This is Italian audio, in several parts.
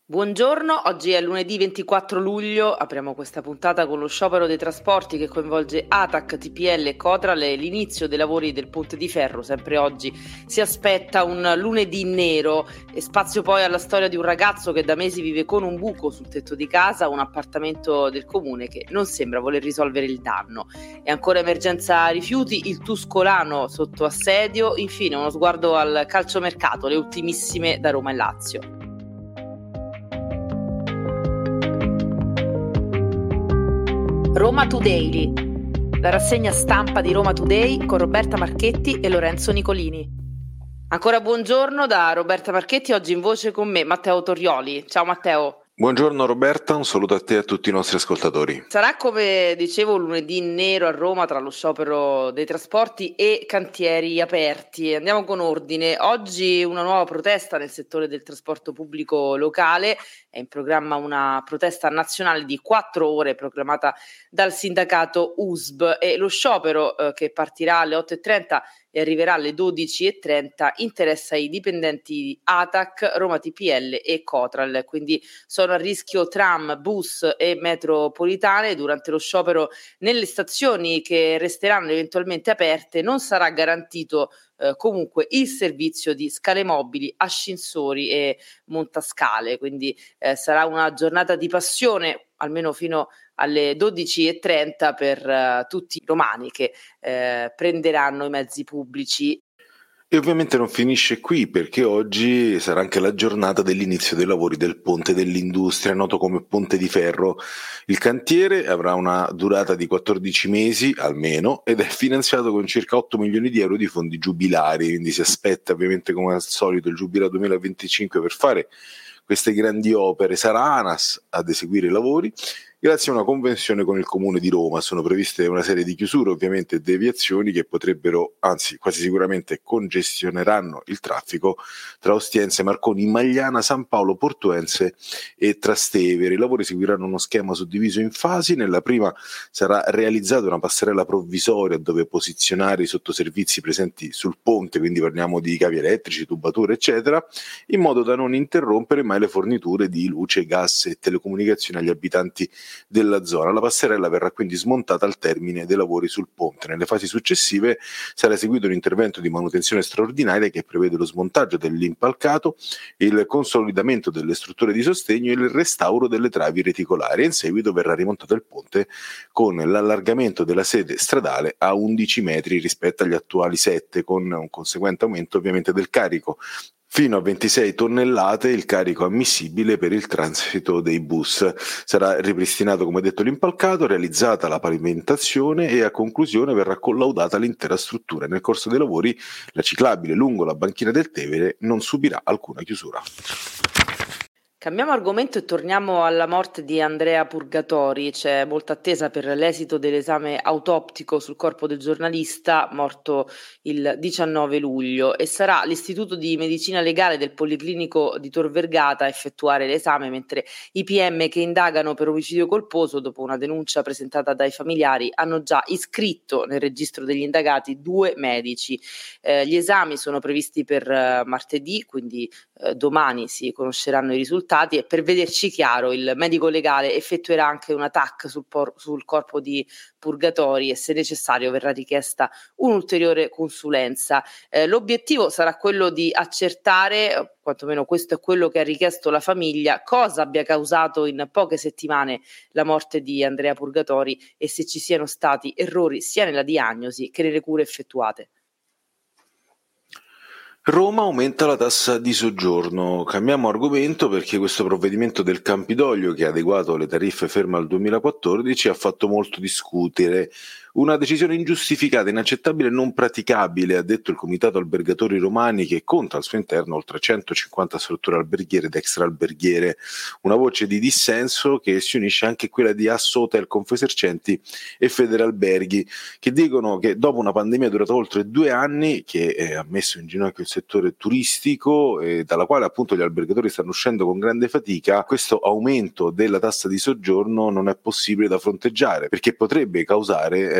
Buongiorno, oggi è lunedì 24 luglio, apriamo questa puntata con lo sciopero dei trasporti che coinvolge ATAC, TPL e Cotral e l'inizio dei lavori del Ponte di Ferro. Sempre oggi si aspetta un lunedì nero e spazio poi alla storia di un ragazzo che da mesi vive con un buco sul tetto di casa, un appartamento del comune che non sembra voler risolvere il danno. E ancora emergenza rifiuti, il Tuscolano sotto assedio, infine uno sguardo al calciomercato, le ultimissime da Roma e Lazio. Roma Today, la rassegna stampa di Roma Today con Roberta Marchetti e Lorenzo Nicolini. Ancora buongiorno da Roberta Marchetti, oggi in voce con me Matteo Torioli. Ciao Matteo. Buongiorno Roberta, un saluto a te e a tutti i nostri ascoltatori. Sarà, come dicevo, un lunedì nero a Roma tra lo sciopero dei trasporti e cantieri aperti. Andiamo con ordine. Oggi una nuova protesta nel settore del trasporto pubblico locale. È in programma una protesta nazionale di 4 ore proclamata dal sindacato USB e lo sciopero che partirà alle 8:30 e arriverà alle 12:30 interessa i dipendenti di ATAC, Roma TPL e Cotral, quindi sono a rischio tram, bus e metropolitane. Durante lo sciopero nelle stazioni che resteranno eventualmente aperte non sarà garantito comunque il servizio di scale mobili, ascensori e montascale, quindi sarà una giornata di passione almeno fino alle 12:30 per tutti i romani che prenderanno i mezzi pubblici. E ovviamente non finisce qui, perché oggi sarà anche la giornata dell'inizio dei lavori del Ponte dell'Industria, noto come Ponte di Ferro. Il cantiere avrà una durata di 14 mesi almeno ed è finanziato con circa 8 milioni di euro di fondi giubilari, quindi si aspetta ovviamente come al solito il Giubileo 2025 per fare queste grandi opere. Sarà ANAS ad eseguire i lavori. Grazie a una convenzione con il Comune di Roma sono previste una serie di chiusure ovviamente e deviazioni che potrebbero, anzi quasi sicuramente congestioneranno il traffico tra Ostiense, Marconi, Magliana, San Paolo, Portuense e Trastevere. I lavori seguiranno uno schema suddiviso in fasi. Nella prima sarà realizzata una passerella provvisoria dove posizionare i sottoservizi presenti sul ponte, quindi parliamo di cavi elettrici, tubature eccetera, in modo da non interrompere mai le forniture di luce, gas e telecomunicazioni agli abitanti della zona. La passerella verrà quindi smontata al termine dei lavori sul ponte. Nelle fasi successive sarà eseguito un intervento di manutenzione straordinaria che prevede lo smontaggio dell'impalcato, il consolidamento delle strutture di sostegno e il restauro delle travi reticolari. In seguito verrà rimontato il ponte con l'allargamento della sede stradale a 11 metri rispetto agli attuali 7, con un conseguente aumento ovviamente del carico fino a 26 tonnellate, il carico ammissibile per il transito dei bus. Sarà ripristinato, come detto, l'impalcato, realizzata la pavimentazione e a conclusione verrà collaudata l'intera struttura. Nel corso dei lavori la ciclabile lungo la banchina del Tevere non subirà alcuna chiusura. Cambiamo argomento e torniamo alla morte di Andrea Purgatori. C'è molta attesa per l'esito dell'esame autoptico sul corpo del giornalista morto il 19 luglio e sarà l'Istituto di Medicina Legale del Policlinico di Tor Vergata a effettuare l'esame, mentre i PM che indagano per omicidio colposo, dopo una denuncia presentata dai familiari, hanno già iscritto nel registro degli indagati 2 medici. Gli esami sono previsti per martedì, quindi domani si conosceranno i risultati e per vederci chiaro il medico legale effettuerà anche una TAC sul corpo di Purgatori e se necessario verrà richiesta un'ulteriore consulenza. L'obiettivo sarà quello di accertare, quantomeno questo è quello che ha richiesto la famiglia, cosa abbia causato in poche settimane la morte di Andrea Purgatori e se ci siano stati errori sia nella diagnosi che nelle cure effettuate. Roma aumenta la tassa di soggiorno. Cambiamo argomento perché questo provvedimento del Campidoglio, che ha adeguato le tariffe ferme al 2014, ha fatto molto discutere. Una decisione ingiustificata, inaccettabile e non praticabile, ha detto il Comitato Albergatori Romani, che conta al suo interno oltre 150 strutture alberghiere ed extraalberghiere. Una voce di dissenso che si unisce anche a quella di Asso Hotel, Confesercenti e Federalberghi, che dicono che dopo una pandemia durata oltre 2 anni, che ha messo in ginocchio il settore turistico e dalla quale appunto gli albergatori stanno uscendo con grande fatica, questo aumento della tassa di soggiorno non è possibile da fronteggiare, perché potrebbe causare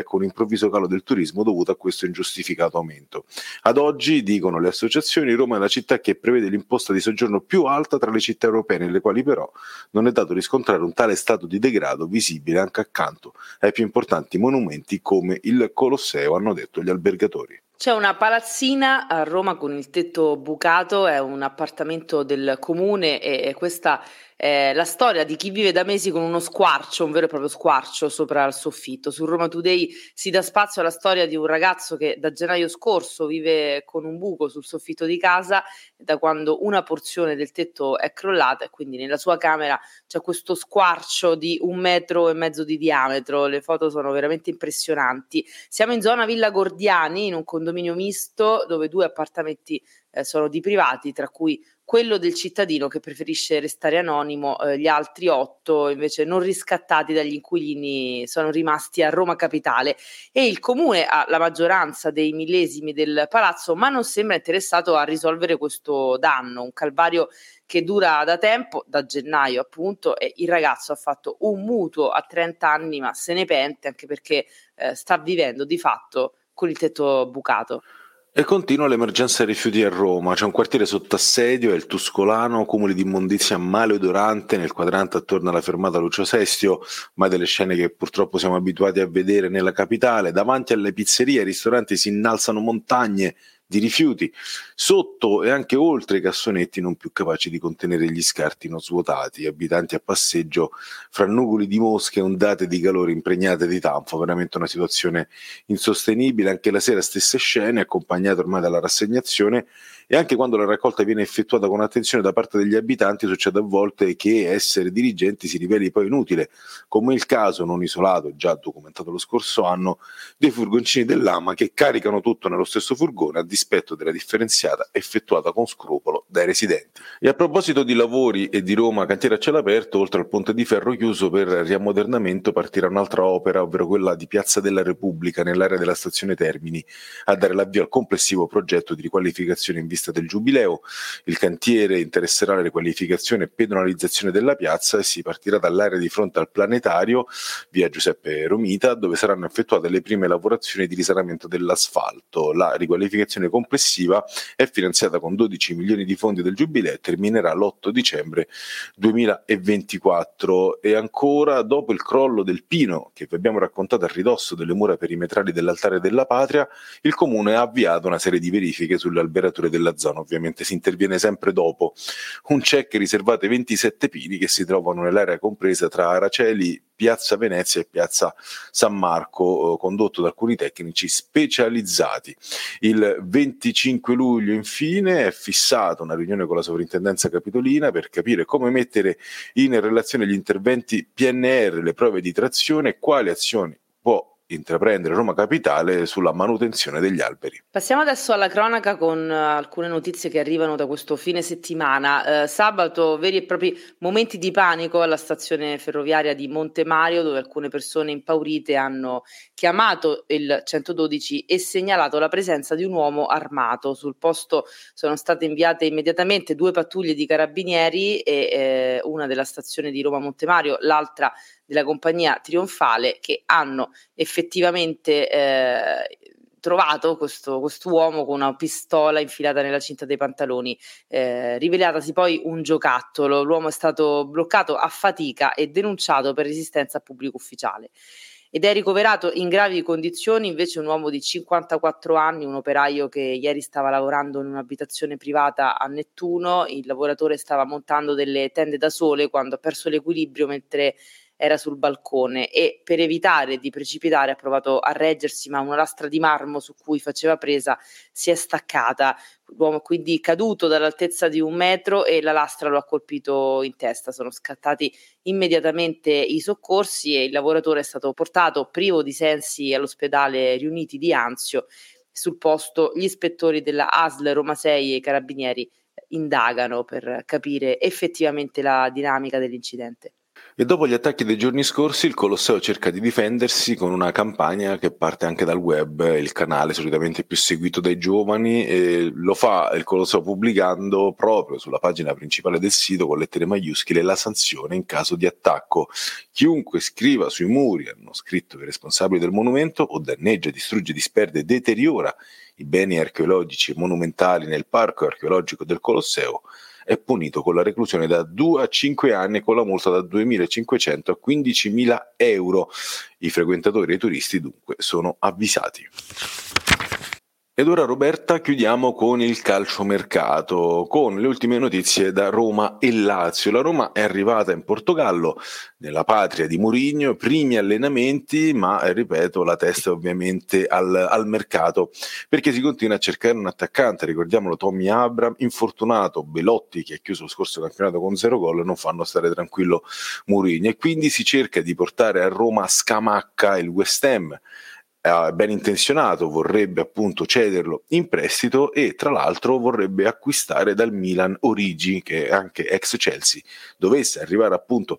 un improvviso calo del turismo dovuto a questo ingiustificato aumento. Ad oggi, dicono le associazioni, Roma è la città che prevede l'imposta di soggiorno più alta tra le città europee, nelle quali però non è dato riscontrare un tale stato di degrado visibile anche accanto ai più importanti monumenti come il Colosseo, hanno detto gli albergatori. C'è una palazzina a Roma con il tetto bucato, è un appartamento del comune e questa è la storia di chi vive da mesi con uno squarcio, un vero e proprio squarcio sopra il soffitto. Su Roma Today si dà spazio alla storia di un ragazzo che da gennaio scorso vive con un buco sul soffitto di casa da quando una porzione del tetto è crollata e quindi nella sua camera c'è questo squarcio di 1,5 metri di diametro. Le foto sono veramente impressionanti. Siamo in zona Villa Gordiani, in un condominio misto dove 2 appartamenti sono di privati, tra cui quello del cittadino che preferisce restare anonimo, gli altri 8 invece non riscattati dagli inquilini sono rimasti a Roma Capitale e il comune ha la maggioranza dei millesimi del palazzo, ma non sembra interessato a risolvere questo danno, un calvario che dura da tempo, da gennaio appunto, e il ragazzo ha fatto un mutuo a 30 anni, ma se ne pente anche perché sta vivendo di fatto con il tetto bucato. E continua l'emergenza rifiuti a Roma, c'è un quartiere sotto assedio, è il Tuscolano, cumuli di immondizia maleodorante nel quadrante attorno alla fermata Lucio Sestio, mai delle scene che purtroppo siamo abituati a vedere nella capitale. Davanti alle pizzerie e ai ristoranti si innalzano montagne di rifiuti, sotto e anche oltre i cassonetti non più capaci di contenere gli scarti non svuotati, abitanti a passeggio fra nuvoli di mosche e ondate di calore impregnate di tanfo, veramente una situazione insostenibile. Anche la sera stesse scene, accompagnate ormai dalla rassegnazione, e anche quando la raccolta viene effettuata con attenzione da parte degli abitanti succede a volte che essere dirigenti si riveli poi inutile, come il caso non isolato, già documentato lo scorso anno, dei furgoncini dell'AMA che caricano tutto nello stesso furgone a dispetto della differenziata effettuata con scrupolo dai residenti. E a proposito di lavori e di Roma cantiere a cielo aperto, oltre al ponte di ferro chiuso per riammodernamento partirà un'altra opera, ovvero quella di Piazza della Repubblica nell'area della stazione Termini, a dare l'avvio al complessivo progetto di riqualificazione in vista del Giubileo. Il cantiere interesserà la riqualificazione e pedonalizzazione della piazza e si partirà dall'area di fronte al Planetario, via Giuseppe Romita, dove saranno effettuate le prime lavorazioni di risanamento dell'asfalto. La riqualificazione complessiva è finanziata con 12 milioni di fondi del Giubileo e terminerà l'8 dicembre 2024. E ancora, dopo il crollo del Pino, che vi abbiamo raccontato a ridosso delle mura perimetrali dell'Altare della Patria, il Comune ha avviato una serie di verifiche sulle alberature della zona. Ovviamente si interviene sempre dopo un check riservato ai 27 pini che si trovano nell'area compresa tra Araceli, Piazza Venezia e Piazza San Marco, condotto da alcuni tecnici specializzati. Il 25 luglio infine è fissata una riunione con la sovrintendenza capitolina per capire come mettere in relazione gli interventi PNR, le prove di trazione e quali azioni può intraprendere Roma Capitale sulla manutenzione degli alberi. Passiamo adesso alla cronaca con alcune notizie che arrivano da questo fine settimana. Sabato veri e propri momenti di panico alla stazione ferroviaria di Montemario, dove alcune persone impaurite hanno chiamato il 112 e segnalato la presenza di un uomo armato. Sul posto sono state inviate immediatamente 2 pattuglie di carabinieri e una della stazione di Roma Montemario, l'altra della compagnia Trionfale, che hanno effettivamente trovato questo uomo con una pistola infilata nella cinta dei pantaloni, rivelatasi poi un giocattolo. L'uomo è stato bloccato a fatica e denunciato per resistenza a pubblico ufficiale. Ed è ricoverato in gravi condizioni invece un uomo di 54 anni, un operaio che ieri stava lavorando in un'abitazione privata a Nettuno. Il lavoratore stava montando delle tende da sole quando ha perso l'equilibrio mentre era sul balcone e per evitare di precipitare ha provato a reggersi, ma una lastra di marmo su cui faceva presa si è staccata. L'uomo è quindi caduto dall'altezza di 1 metro e la lastra lo ha colpito in testa. Sono scattati immediatamente i soccorsi e il lavoratore è stato portato privo di sensi all'ospedale Riuniti di Anzio. Sul posto gli ispettori della ASL Roma 6 e i carabinieri indagano per capire effettivamente la dinamica dell'incidente. E dopo gli attacchi dei giorni scorsi il Colosseo cerca di difendersi con una campagna che parte anche dal web, il canale solitamente più seguito dai giovani, e lo fa il Colosseo pubblicando proprio sulla pagina principale del sito con lettere maiuscole la sanzione in caso di attacco. Chiunque scriva sui muri, hanno scritto i responsabili del monumento, o danneggia, distrugge, disperde, deteriora i beni archeologici e monumentali nel parco archeologico del Colosseo, è punito con la reclusione da 2 a 5 anni e con la multa da 2.500 a 15.000 euro. I frequentatori e i turisti dunque sono avvisati. Ed ora, Roberta, chiudiamo con il calciomercato, con le ultime notizie da Roma e Lazio. La Roma è arrivata in Portogallo, nella patria di Mourinho, primi allenamenti, ma ripeto, la testa è ovviamente al mercato, perché si continua a cercare un attaccante. Ricordiamolo, Tommy Abraham, infortunato, Belotti, che ha chiuso lo scorso campionato con 0 gol, non fanno stare tranquillo Mourinho, e quindi si cerca di portare a Roma Scamacca, il West Ham. Ben intenzionato, vorrebbe appunto cederlo in prestito, e tra l'altro vorrebbe acquistare dal Milan Origi, che è anche ex Chelsea. Dovesse arrivare appunto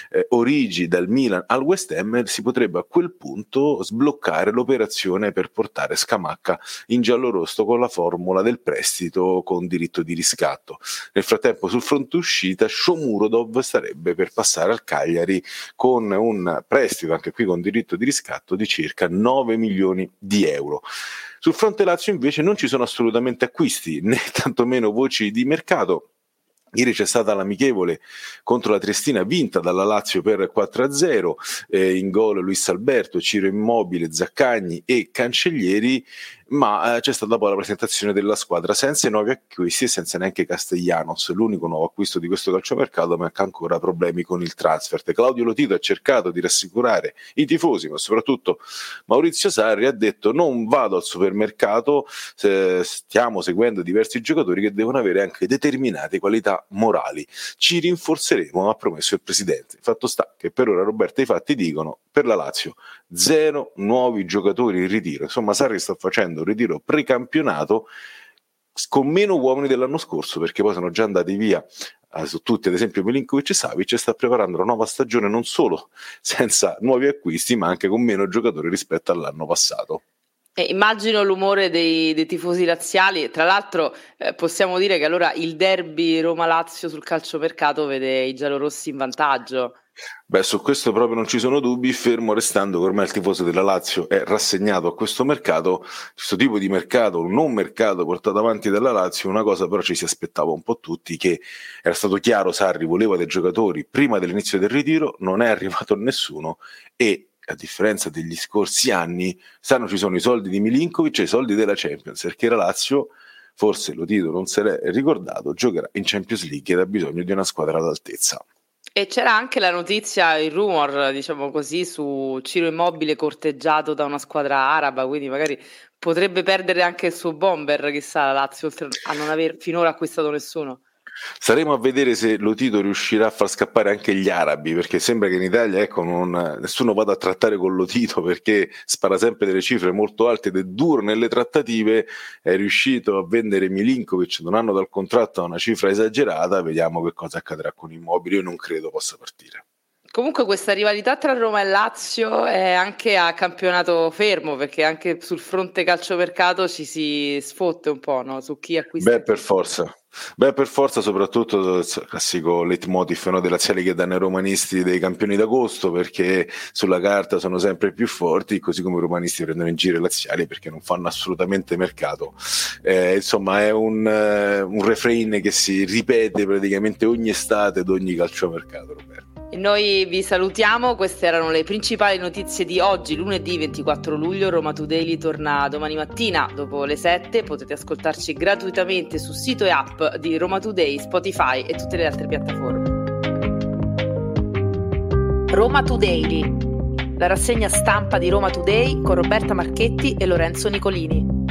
Origi dal Milan al West Ham, si potrebbe a quel punto sbloccare l'operazione per portare Scamacca in giallorosso con la formula del prestito con diritto di riscatto. Nel frattempo, sul fronte uscita, Shomurodov starebbe per passare al Cagliari con un prestito anche qui con diritto di riscatto di circa 9 milioni di euro. Sul fronte Lazio invece non ci sono assolutamente acquisti, né tantomeno voci di mercato. Ieri c'è stata l'amichevole contro la Triestina vinta dalla Lazio per 4-0, in gol Luis Alberto, Ciro Immobile, Zaccagni e Cancellieri, ma c'è stata poi la presentazione della squadra senza i nuovi acquisti e senza neanche Castellanos, l'unico nuovo acquisto di questo calciomercato, ma ha ancora problemi con il transfert. Claudio Lotito ha cercato di rassicurare i tifosi, ma soprattutto Maurizio Sarri ha detto: non vado al supermercato, stiamo seguendo diversi giocatori che devono avere anche determinate qualità morali, ci rinforzeremo, ha promesso il presidente. Fatto sta che per ora, Roberta, i fatti dicono: per la Lazio 0 nuovi giocatori in ritiro. Insomma, Sarri sta facendo un ritiro precampionato con meno uomini dell'anno scorso, perché poi sono già andati via su tutti, ad esempio Milinkovic e Savic, e sta preparando la nuova stagione non solo senza nuovi acquisti, ma anche con meno giocatori rispetto all'anno passato. Immagino l'umore dei tifosi laziali. Tra l'altro possiamo dire che allora il derby Roma-Lazio sul calciomercato vede i giallorossi in vantaggio. Beh, su questo proprio non ci sono dubbi, fermo restando che ormai il tifoso della Lazio è rassegnato a questo mercato, questo tipo di mercato, un non mercato portato avanti dalla Lazio. Una cosa però ci si aspettava un po' tutti, che era stato chiaro, Sarri voleva dei giocatori prima dell'inizio del ritiro, non è arrivato nessuno, e a differenza degli scorsi anni, ci sono i soldi di Milinkovic e i soldi della Champions, perché la Lazio, forse Lotito non se l'è ricordato, giocherà in Champions League ed ha bisogno di una squadra all'altezza. E c'era anche la notizia, il rumor, diciamo così, su Ciro Immobile corteggiato da una squadra araba, quindi magari potrebbe perdere anche il suo bomber, chissà, la Lazio, oltre a non aver finora acquistato nessuno. Staremo a vedere se Lotito riuscirà a far scappare anche gli arabi, perché sembra che in Italia, ecco, nessuno vada a trattare con Lotito, perché spara sempre delle cifre molto alte ed è duro nelle trattative. È riuscito a vendere Milinkovic da un anno dal contratto a una cifra esagerata. Vediamo che cosa accadrà con Immobile. Io non credo possa partire. Comunque questa rivalità tra Roma e Lazio è anche a campionato fermo, perché anche sul fronte calciomercato ci si sfotte un po', no? Su chi acquista. Beh, per forza, soprattutto il classico leitmotiv, no, dei laziali che danno ai romanisti dei campioni d'agosto, perché sulla carta sono sempre più forti, così come i romanisti prendono in giro i laziali perché non fanno assolutamente mercato. Insomma, è un refrain che si ripete praticamente ogni estate ed ogni calciomercato, Roberto. E noi vi salutiamo, queste erano le principali notizie di oggi, lunedì 24 luglio. Roma Today torna domani mattina dopo le 7, potete ascoltarci gratuitamente su sito e app di Roma Today, Spotify e tutte le altre piattaforme. Roma Today, la rassegna stampa di Roma Today con Roberta Marchetti e Lorenzo Nicolini.